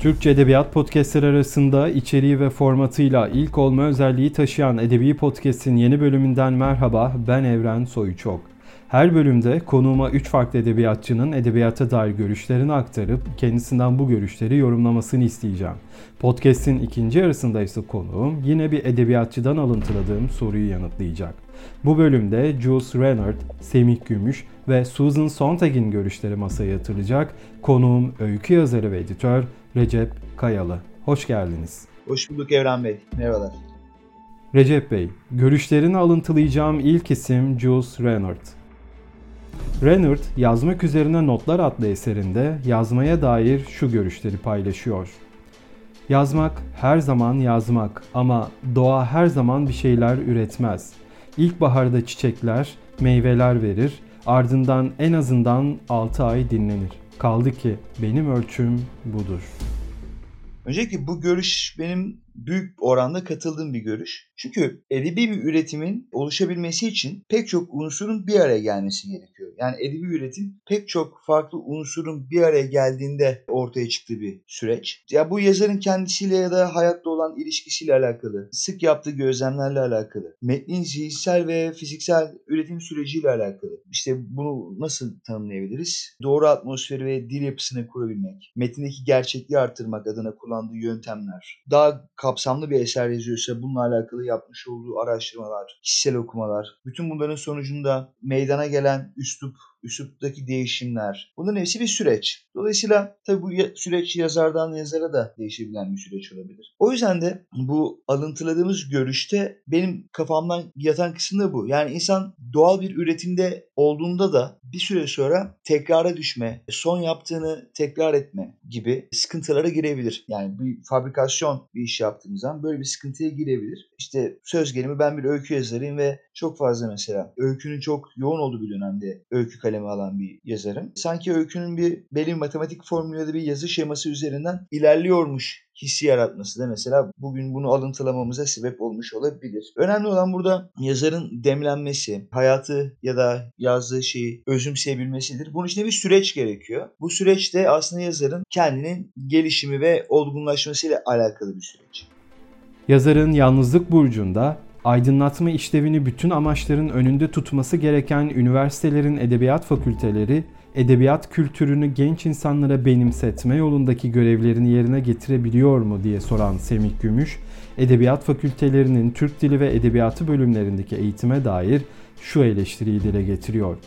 Türkçe Edebiyat Podcast'ler arasında içeriği ve formatıyla ilk olma özelliği taşıyan Edebi Podcast'in yeni bölümünden merhaba, ben Evren Soyuçok. Her bölümde konuğuma 3 farklı edebiyatçının edebiyata dair görüşlerini aktarıp kendisinden bu görüşleri yorumlamasını isteyeceğim. Podcast'in ikinci yarısında ise konuğum yine bir edebiyatçıdan alıntıladığım soruyu yanıtlayacak. Bu bölümde Jules Renard, Semih Gümüş ve Susan Sontag'in görüşleri masaya yatırılacak. Konuğum öykü yazarı ve editör Recep Kayalı. Hoş geldiniz. Hoş bulduk Evren Bey. Merhabalar. Recep Bey, görüşlerini alıntılayacağım ilk isim Jules Renard. Renard, Yazmak Üzerine Notlar adlı eserinde yazmaya dair şu görüşleri paylaşıyor. Yazmak her zaman yazmak ama doğa her zaman bir şeyler üretmez. İlkbaharda çiçekler, meyveler verir, ardından en azından 6 ay dinlenir. Kaldı ki benim ölçüm budur. Öncelikle bu görüş benim büyük oranda katıldığım bir görüş. Çünkü edebi bir üretimin oluşabilmesi için pek çok unsurun bir araya gelmesi gerekiyor. Yani edebi üretim pek çok farklı unsurun bir araya geldiğinde ortaya çıktığı bir süreç. Ya bu yazarın kendisiyle ya da hayatta olan ilişkisiyle alakalı, sık yaptığı gözlemlerle alakalı, metnin zihinsel ve fiziksel üretim süreciyle alakalı. İşte bunu nasıl tanımlayabiliriz? Doğru atmosferi ve dil yapısını kurabilmek, metindeki gerçekliği artırmak adına kullandığı yöntemler, daha kapsamlı bir eser yazıyorsa bununla alakalı yapmış olduğu araştırmalar, kişisel okumalar, bütün bunların sonucunda meydana gelen üsluptaki değişimler, bunların hepsi bir süreç. Dolayısıyla tabii bu süreç yazardan yazara da değişebilen bir süreç olabilir. O yüzden de bu alıntıladığımız görüşte benim kafamdan yatan kısım da bu. Yani insan doğal bir üretimde olduğunda da bir süre sonra tekrara düşme, son yaptığını tekrar etme gibi sıkıntılara girebilir. Yani bir fabrikasyon bir iş yaptığımız zaman böyle bir sıkıntıya girebilir. İşte söz gelimi ben bir öykü yazarıyım ve çok fazla mesela öykünün çok yoğun olduğu bir dönemde öykü kalemi alan bir yazarım. Sanki öykünün bir belli bir matematik formülü ya da bir yazı şeması üzerinden ilerliyormuş hissi yaratması da mesela bugün bunu alıntılamamıza sebep olmuş olabilir. Önemli olan burada yazarın demlenmesi, hayatı ya da yazdığı şeyi özümseyebilmesidir. Bunun için de bir süreç gerekiyor. Bu süreçte aslında yazarın kendinin gelişimi ve olgunlaşmasıyla alakalı bir süreç. Yazarın Yalnızlık Burcu'nda aydınlatma işlevini bütün amaçların önünde tutması gereken üniversitelerin edebiyat fakülteleri, edebiyat kültürünü genç insanlara benimsetme yolundaki görevlerini yerine getirebiliyor mu diye soran Semih Gümüş, edebiyat fakültelerinin Türk Dili ve Edebiyatı bölümlerindeki eğitime dair şu eleştiriyi dile getiriyor.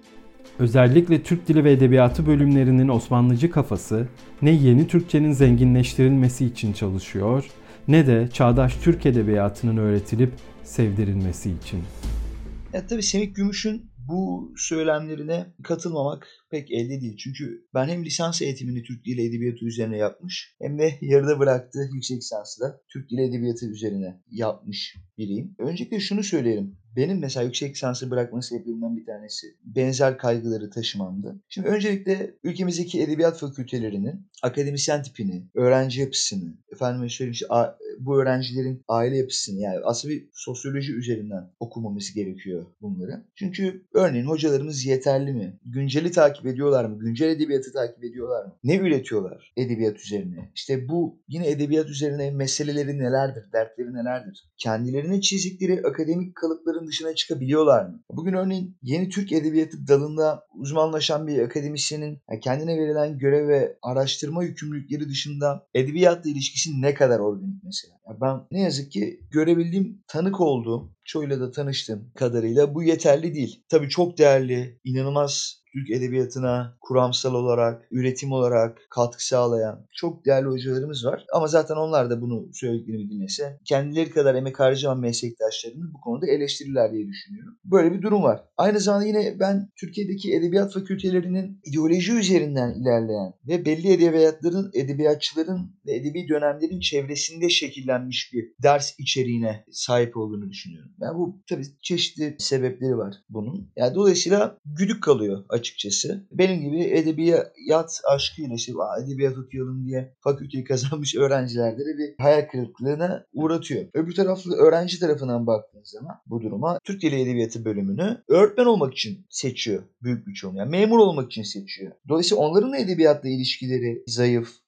Özellikle Türk Dili ve Edebiyatı bölümlerinin Osmanlıcı kafası ne yeni Türkçenin zenginleştirilmesi için çalışıyor, ne de çağdaş Türk edebiyatının öğretilip sevdirilmesi için. Tabii Semih Gümüş'ün bu söylemlerine katılmamak pek elde değil. Çünkü ben hem lisans eğitimini Türk Dili Edebiyatı üzerine yapmış hem de yarıda bıraktığı yüksek lisansı da Türk Dili Edebiyatı üzerine yapmış biriyim. Öncelikle şunu söyleyelim. Benim mesela yüksek lisansı bırakma sebeplerimden bir tanesi benzer kaygıları taşımamdı. Şimdi öncelikle ülkemizdeki edebiyat fakültelerinin akademisyen tipini, öğrenci yapısını, efendime söyleyeyim işte bu öğrencilerin aile yapısını yani aslında bir sosyoloji üzerinden okumamız gerekiyor bunları. Çünkü örneğin hocalarımız yeterli mi? Günceli takip ediyorlar mı? Güncel edebiyatı takip ediyorlar mı? Ne üretiyorlar edebiyat üzerine? İşte bu yine edebiyat üzerine meseleleri nelerdir? Dertleri nelerdir? Kendilerine çizdikleri akademik kalıpların dışına çıkabiliyorlar mı? Bugün örneğin yeni Türk Edebiyatı dalında uzmanlaşan bir akademisyenin kendine verilen görev ve araştırma yükümlülükleri dışında edebiyatla ilişkisi ne kadar organik mesela? Ben ne yazık ki görebildiğim, tanık olduğum, çoğuyla da tanıştığım kadarıyla bu yeterli değil. Tabii çok değerli, inanılmaz Türk edebiyatına kuramsal olarak, üretim olarak katkı sağlayan çok değerli hocalarımız var. Ama zaten onlar da bunu söylediklerini dinlese kendileri kadar emek harcayan meslektaşlarını bu konuda eleştirirler diye düşünüyorum. Böyle bir durum var. Aynı zamanda yine ben Türkiye'deki edebiyat fakültelerinin ideoloji üzerinden ilerleyen ve belli edebiyatçıların ve edebi dönemlerin çevresinde şekillenmiş bir ders içeriğine sahip olduğunu düşünüyorum. Yani bu tabii çeşitli sebepleri var bunun. Yani dolayısıyla güdük kalıyor açıkçası. Benim gibi edebiyat aşkıyla işte edebiyat okuyalım diye fakülteyi kazanmış öğrencilerde de bir hayal kırıklığına uğratıyor. Öbür tarafta öğrenci tarafından baktığınız zaman bu duruma Türk Dili Edebiyatı bölümünü öğretmen olmak için seçiyor büyük bir çoğunluğu. Yani memur olmak için seçiyor. Dolayısıyla onların da edebiyatla ilişkileri zayıf.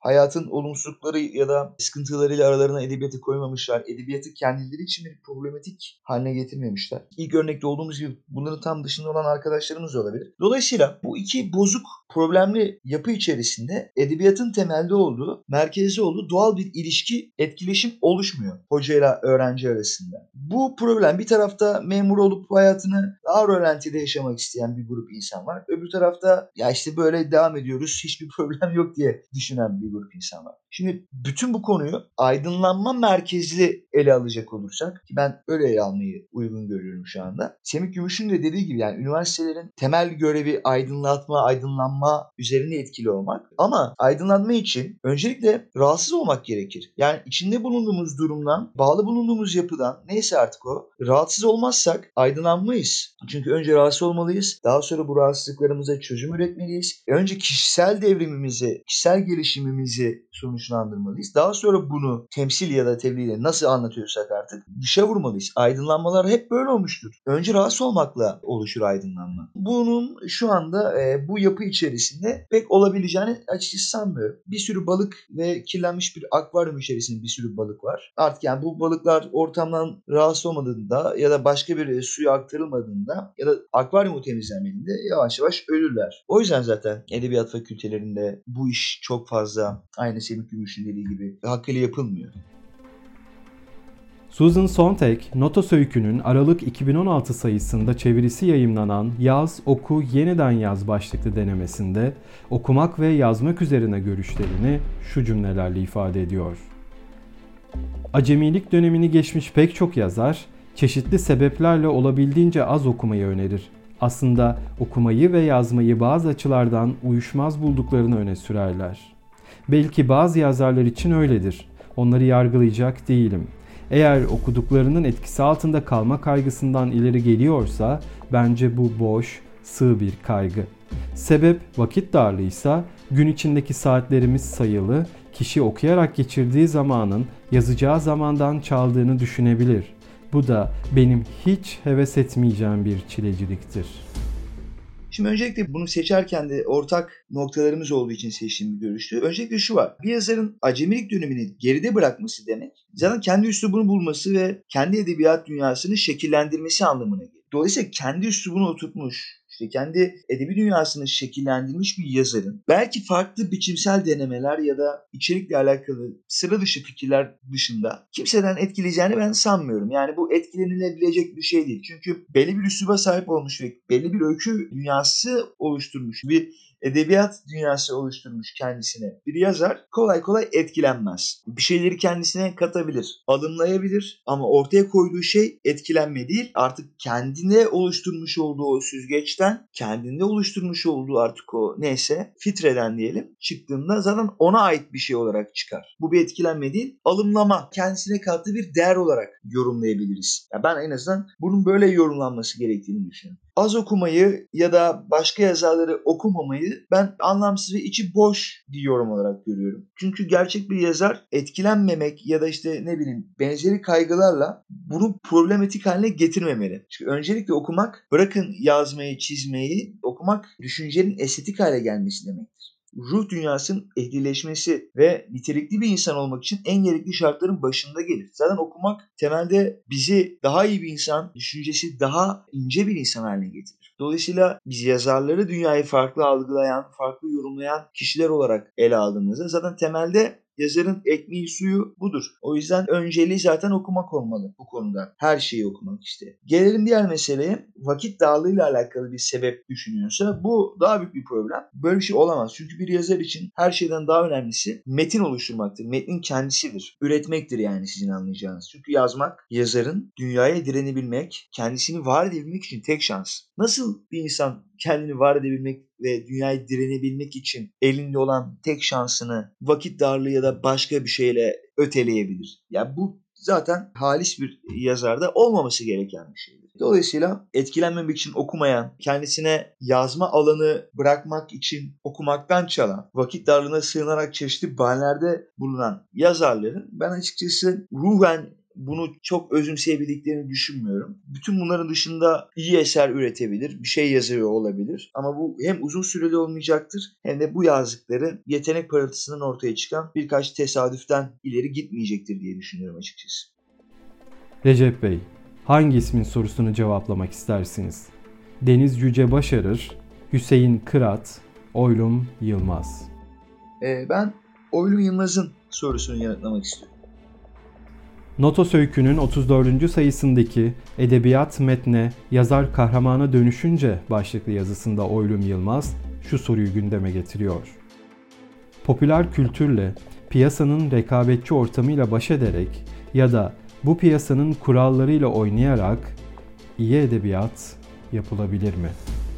hayatın olumsuzlukları ya da sıkıntılarıyla aralarına edebiyatı koymamışlar. Edebiyatı kendileri için bir problematik haline getirmemişler. İlk örnekte olduğumuz gibi bunların tam dışında olan arkadaşlarımız da olabilir. Dolayısıyla bu iki bozuk, problemli yapı içerisinde edebiyatın temelde olduğu, merkezde olduğu doğal bir ilişki, etkileşim oluşmuyor hocayla öğrenci arasında. Bu problem, bir tarafta memur olup hayatını daha rölantide yaşamak isteyen bir grup insan var. Öbür tarafta ya işte böyle devam ediyoruz, hiçbir problem yok diye düşünen bir grup insan var. Şimdi bütün bu konuyu aydınlanma merkezli ele alacak olursak, ki ben öyle ele almayı uygun görüyorum şu anda. Semih Gümüş'ün de dediği gibi yani üniversitelerin temel görevi aydınlanma üzerine etkili olmak. Ama aydınlanma için öncelikle rahatsız olmak gerekir. Yani içinde bulunduğumuz durumdan, bağlı bulunduğumuz yapıdan, neyse artık o, rahatsız olmazsak aydınlanmayız. Çünkü önce rahatsız olmalıyız. Daha sonra bu rahatsızlıklarımıza çözüm üretmeliyiz. Önce kişisel devrimimizi, kişisel gelişimimizi sonuçlandırmalıyız. Daha sonra bunu temsil ya da tebliğle nasıl anlatıyorsak artık dışa vurmalıyız. Aydınlanmalar hep böyle olmuştur. Önce rahatsız olmakla oluşur aydınlanma. Bunun şu anda bu yapı içerisinde pek olabileceğini açıkçası sanmıyorum. Bir sürü balık ve kirlenmiş bir akvaryum içerisinde bir sürü balık var. Artık yani bu balıklar ortamdan rahatsız olmadığında ya da başka bir suya aktarılmadığında ya da akvaryumu temizlenmediğinde yavaş yavaş ölürler. O yüzden zaten edebiyat fakültelerinde bu iş çok fazla aynı Semih Gümüş'ün dediği gibi hakkıyla yapılmıyor. Susan Sontag, Notos Öykü'nün Aralık 2016 sayısında çevirisi yayımlanan Yaz, Oku, Yeniden Yaz başlıklı denemesinde okumak ve yazmak üzerine görüşlerini şu cümlelerle ifade ediyor. Acemilik dönemini geçmiş pek çok yazar, çeşitli sebeplerle olabildiğince az okumayı önerir. Aslında okumayı ve yazmayı bazı açılardan uyuşmaz bulduklarını öne sürerler. Belki bazı yazarlar için öyledir. Onları yargılayacak değilim. Eğer okuduklarının etkisi altında kalma kaygısından ileri geliyorsa bence bu boş, sığ bir kaygı. Sebep vakit darlığıysa gün içindeki saatlerimiz sayılı, kişi okuyarak geçirdiği zamanın yazacağı zamandan çaldığını düşünebilir. Bu da benim hiç heves etmeyeceğim bir çileciliktir. Şimdi öncelikle bunu seçerken de ortak noktalarımız olduğu için seçtiğim bir görüştü. Öncelikle şu var. Bir yazarın acemilik dönemini geride bırakması demek, zaten kendi üslubunu bulması ve kendi edebiyat dünyasını şekillendirmesi anlamına geliyor. Dolayısıyla kendi üslubunu oturtmuş, işte kendi edebi dünyasını şekillendirmiş bir yazarın belki farklı biçimsel denemeler ya da içerikle alakalı sıra dışı fikirler dışında kimseden etkileyeceğini ben sanmıyorum. Yani bu etkilenilebilecek bir şey değil. Çünkü belli bir üsluba sahip olmuş ve belli bir öykü dünyası oluşturmuş, bir edebiyat dünyası oluşturmuş kendisine bir yazar kolay kolay etkilenmez. Bir şeyleri kendisine katabilir, alımlayabilir ama ortaya koyduğu şey etkilenme değil, artık kendine oluşturmuş olduğu o süzgeçten, kendinde oluşturmuş olduğu artık o neyse filtreden diyelim çıktığında zaten ona ait bir şey olarak çıkar. Bu bir etkilenme değil, alımlama, kendisine kattığı bir değer olarak yorumlayabiliriz. Ya ben en azından bunun böyle yorumlanması gerektiğini düşünüyorum. Az okumayı ya da başka yazarları okumamayı ben anlamsız ve içi boş bir yorum olarak görüyorum. Çünkü gerçek bir yazar etkilenmemek ya da işte ne bileyim benzeri kaygılarla bunu problematik haline getirmemeli. Çünkü öncelikle okumak, bırakın yazmayı, çizmeyi, okumak düşüncenin estetik hale gelmesi demektir. Ruh dünyasının ehlileşmesi ve nitelikli bir insan olmak için en gerekli şartların başında gelir. Zaten okumak temelde bizi daha iyi bir insan, düşüncesi daha ince bir insan haline getirir. Dolayısıyla biz yazarları dünyayı farklı algılayan, farklı yorumlayan kişiler olarak ele aldığımızda zaten temelde yazarın ekmeği suyu budur. O yüzden önceliği zaten okumak olmalı bu konuda. Her şeyi okumak işte. Gelelim diğer meseleye. Vakit darlığıyla alakalı bir sebep düşünüyorsa bu daha büyük bir problem. Böyle bir şey olamaz. Çünkü bir yazar için her şeyden daha önemlisi metin oluşturmaktır. Metnin kendisidir. Üretmektir yani sizin anlayacağınız. Çünkü yazmak yazarın dünyaya direnebilmek, kendisini var edebilmek için tek şans. Nasıl bir insan kendini var edebilmek ve dünyaya direnebilmek için elinde olan tek şansını vakit darlığı ya da başka bir şeyle öteleyebilir? Ya bu zaten halis bir yazarda olmaması gereken bir şeydir. Dolayısıyla etkilenmemek için okumayan, kendisine yazma alanı bırakmak için okumaktan çalan, vakit darlığına sığınarak çeşitli bahanelerde bulunan yazarların ben açıkçası ruhen bunu çok özümseyebildiklerini düşünmüyorum. Bütün bunların dışında iyi eser üretebilir, bir şey yazıyor olabilir. Ama bu hem uzun süreli olmayacaktır hem de bu yazdıkları yetenek parıltısından ortaya çıkan birkaç tesadüften ileri gitmeyecektir diye düşünüyorum açıkçası. Recep Bey, hangi ismin sorusunu cevaplamak istersiniz? Deniz Yüce Başarır, Hüseyin Kırat, Oylum Yılmaz. Ben Oylum Yılmaz'ın sorusunu yanıtlamak istiyorum. Notos Öykü'nün 34. sayısındaki edebiyat metne yazar kahramana dönüşünce başlıklı yazısında Oylum Yılmaz şu soruyu gündeme getiriyor. Popüler kültürle, piyasanın rekabetçi ortamıyla baş ederek ya da bu piyasanın kurallarıyla oynayarak iyi edebiyat yapılabilir mi?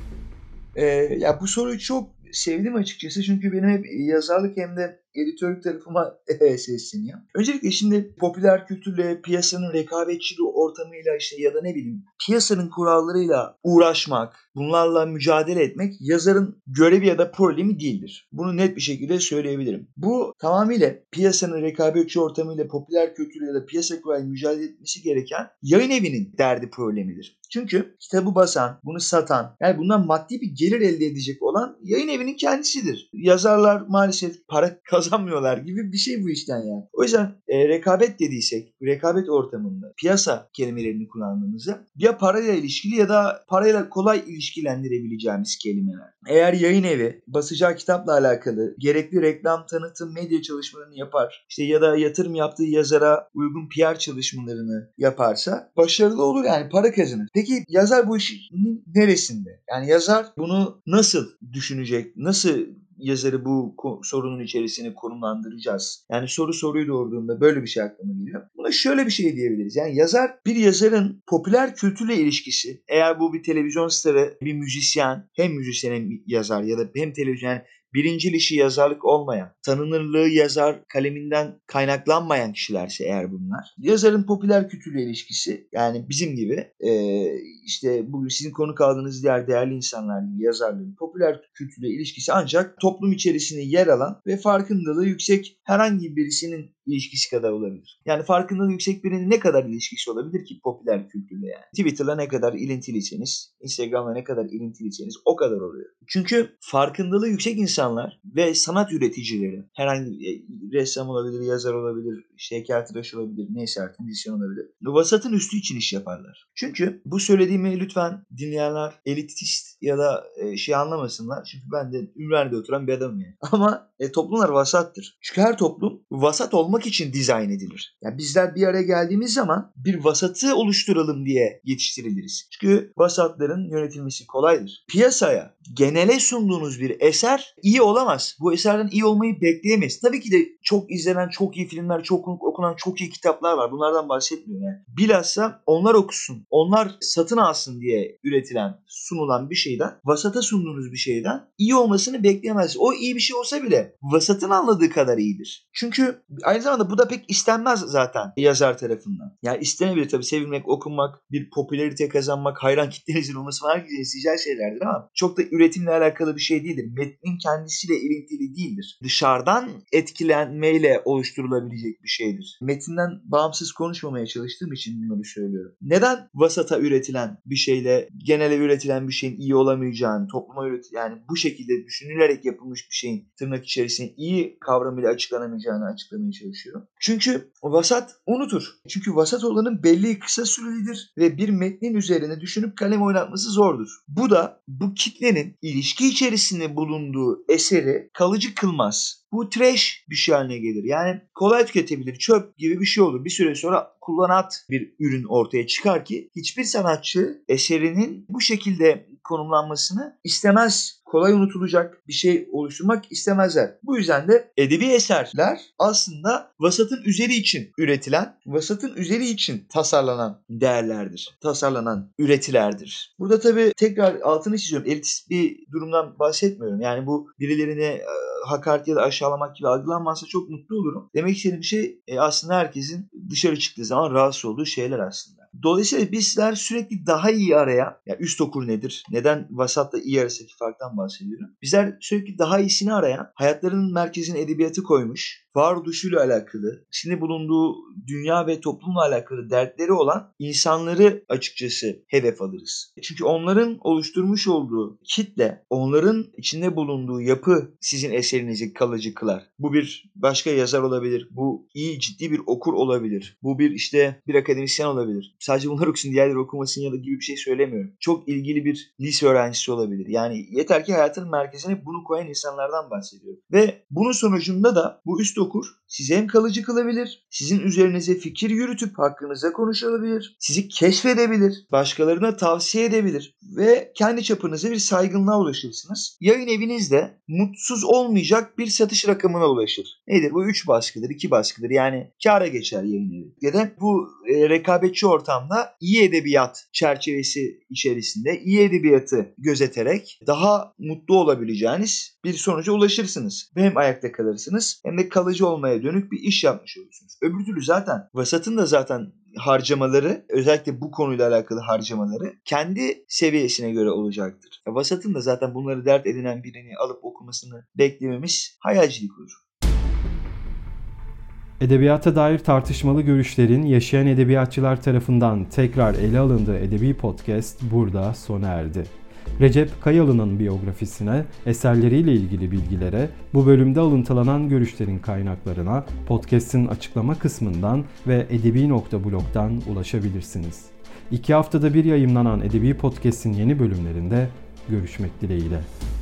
Ya bu soruyu çok sevdim açıkçası çünkü benim hep yazarlık hem de editörlük tarafıma sesleniyor. Öncelikle şimdi popüler kültürle, piyasanın rekabetçi ortamıyla işte ya da ne bileyim piyasanın kurallarıyla uğraşmak, bunlarla mücadele etmek yazarın görevi ya da problemi değildir. Bunu net bir şekilde söyleyebilirim. Bu tamamıyla piyasanın rekabetçi ortamıyla popüler kültürle ya da piyasa kuralıyla mücadele etmesi gereken yayın evinin derdi problemidir. Çünkü kitabı basan, bunu satan, yani bundan maddi bir gelir elde edecek olan yayın evinin kendisidir. Yazarlar maalesef para kazanmıyorlar gibi bir şey bu işten yani. O yüzden rekabet dediysek, rekabet ortamında piyasa kelimelerini kullandığımızda ya parayla ilişkili ya da parayla kolay ilişkilendirebileceğimiz kelimeler. Eğer yayın evi basacağı kitapla alakalı gerekli reklam, tanıtım, medya çalışmalarını yapar, işte ya da yatırım yaptığı yazara uygun PR çalışmalarını yaparsa başarılı olur, yani para kazanır. Peki yazar bu işin neresinde? Yani yazar bunu nasıl düşünecek? Nasıl yazarı bu sorunun içerisine konumlandıracağız? Yani soruyu doğurduğunda böyle bir şey aklıma geliyor. Buna şöyle bir şey diyebiliriz. Yani bir yazarın popüler kültürle ilişkisi, eğer bu bir televizyon starı, bir müzisyen, hem müzisyen hem yazar ya da hem televizyon, yani birincil işi yazarlık olmayan, tanınırlığı yazar kaleminden kaynaklanmayan kişilerse eğer bunlar, yazarın popüler kültürle ilişkisi, yani bizim gibi işte bugün sizin konuk aldığınız diğer değerli insanlar gibi yazarların popüler kültürle ilişkisi ancak toplum içerisinde yer alan ve farkındalığı yüksek herhangi birisinin ilişkisi kadar olabilir. Yani farkındalığı yüksek birinin ne kadar ilişkisi olabilir ki popüler kültürle yani? Twitter'la ne kadar ilintiliyseniz, Instagram'la ne kadar ilintiliyseniz o kadar oluyor. Çünkü farkındalığı yüksek insanlar ve sanat üreticileri, herhangi bir ressam olabilir, yazar olabilir, işte heykeltıraş olabilir, neyse artık müzisyen olabilir, vasatın üstü için iş yaparlar. Çünkü bu söylediğimi lütfen dinleyenler elitist ya da şey anlamasınlar. Çünkü ben de Ümraniye'de oturan bir adamım yani. Ama toplumlar vasattır. Çünkü her toplum vasat olmak için dizayn edilir. Yani bizler bir araya geldiğimiz zaman bir vasatı oluşturalım diye yetiştiriliriz. Çünkü vasatların yönetilmesi kolaydır. Piyasaya genele sunduğunuz bir eser iyi olamaz. Bu eserden iyi olmayı bekleyemeyiz. Tabii ki de çok izlenen, çok iyi filmler, çok okunan, çok iyi kitaplar var. Bunlardan bahsetmiyorum yani. Bilhassa onlar okusun, onlar satın alsın diye üretilen, sunulan bir şeyden, vasata sunduğunuz bir şeyden iyi olmasını bekleyemezsiniz. O iyi bir şey olsa bile vasatın anladığı kadar iyidir. Çünkü aynı zamanda bu da pek istenmez zaten yazar tarafından. Yani istenebilir tabii, sevilmek, okunmak, bir popülarite kazanmak, hayran kitlenizin olması falan herkesin isteyeceği şeylerdir ama çok da üretimle alakalı bir şey değildir. Metnin kendisiyle ilintili değildir. Dışarıdan etkilenmeyle oluşturulabilecek bir şeydir. Metinden bağımsız konuşmamaya çalıştığım için bunları söylüyorum. Neden vasata üretilen bir şeyle genele üretilen bir şeyin iyi olamayacağını, topluma yani bu şekilde düşünülerek yapılmış bir şeyin tırnak içerisinde iyi kavramıyla açıklanamayacağını açıklamaya çalışıyorum. Çünkü vasat unutur. Çünkü vasat olanın belli kısa sürelidir ve bir metnin üzerine düşünüp kalem oynatması zordur. Bu da bu kitlenin ilişki içerisinde bulunduğu eseri kalıcı kılmaz. Bu trash bir şey haline gelir. Yani kolay tüketebilir, çöp gibi bir şey olur. Bir süre sonra kullanat bir ürün ortaya çıkar ki hiçbir sanatçı eserinin bu şekilde konumlanmasını istemez. Kolay unutulacak bir şey oluşturmak istemezler. Bu yüzden de edebi eserler aslında vasatın üzeri için üretilen, vasatın üzeri için tasarlanan değerlerdir. Tasarlanan üretilerdir. Burada tabii tekrar altını çiziyorum. Elitist bir durumdan bahsetmiyorum. Yani bu birilerine hakaret ya da aşağılamak gibi algılanmazsa çok mutlu olurum. Demek istediğim şey aslında herkesin dışarı çıktığı zaman rahatsız olduğu şeyler aslında. Dolayısıyla bizler sürekli daha iyi arayan, yani üst okur nedir? Neden vasatla iyi arasındaki farktan bahsediyorum. Bizler sürekli daha iyisini arayan, hayatlarının merkezine edebiyatı koymuş, varoluşuyla alakalı, içinde bulunduğu dünya ve toplumla alakalı dertleri olan insanları açıkçası hedef alırız. Çünkü onların oluşturmuş olduğu kitle, onların içinde bulunduğu yapı sizin eserinizi kalıcı kılar. Bu bir başka yazar olabilir, bu iyi ciddi bir okur olabilir, bu bir akademisyen olabilir. Sadece bunlar okusun, diğerleri okumasın ya da gibi bir şey söylemiyorum. Çok ilgili bir lise öğrencisi olabilir. Yani yeter ki hayatın merkezine bunu koyan insanlardan bahsediyorum. Ve bunun sonucunda da bu üst okur sizi hem kalıcı kılabilir, sizin üzerinize fikir yürütüp hakkınıza konuşabilir, sizi keşfedebilir, başkalarına tavsiye edebilir ve kendi çapınıza bir saygınlığa ulaşırsınız. Yayın evinizde mutsuz olmayacak bir satış rakamına ulaşır. Nedir bu? 3 baskıdır, 2 baskıdır. Yani kâra geçer yayın evi. Ya da bu rekabetçi ortamda iyi edebiyat çerçevesi içerisinde iyi edebiyatı gözeterek daha mutlu olabileceğiniz bir sonuca ulaşırsınız. Ve hem ayakta kalırsınız hem de kalıcı olmaya dönük bir iş yapmış olursunuz. Öbür türlü zaten vasatın da zaten harcamaları, özellikle bu konuyla alakalı harcamaları kendi seviyesine göre olacaktır. Vasatın da zaten bunları dert edinen birini alıp okumasını beklememiz hayalcilik olur. Edebiyata dair tartışmalı görüşlerin yaşayan edebiyatçılar tarafından tekrar ele alındığı edebi podcast burada sona erdi. Recep Kayalı'nın biyografisine, eserleriyle ilgili bilgilere, bu bölümde alıntılanan görüşlerin kaynaklarına podcast'in açıklama kısmından ve edebi.blog'dan ulaşabilirsiniz. 2 haftada bir yayımlanan Edebi Podcast'in yeni bölümlerinde görüşmek dileğiyle.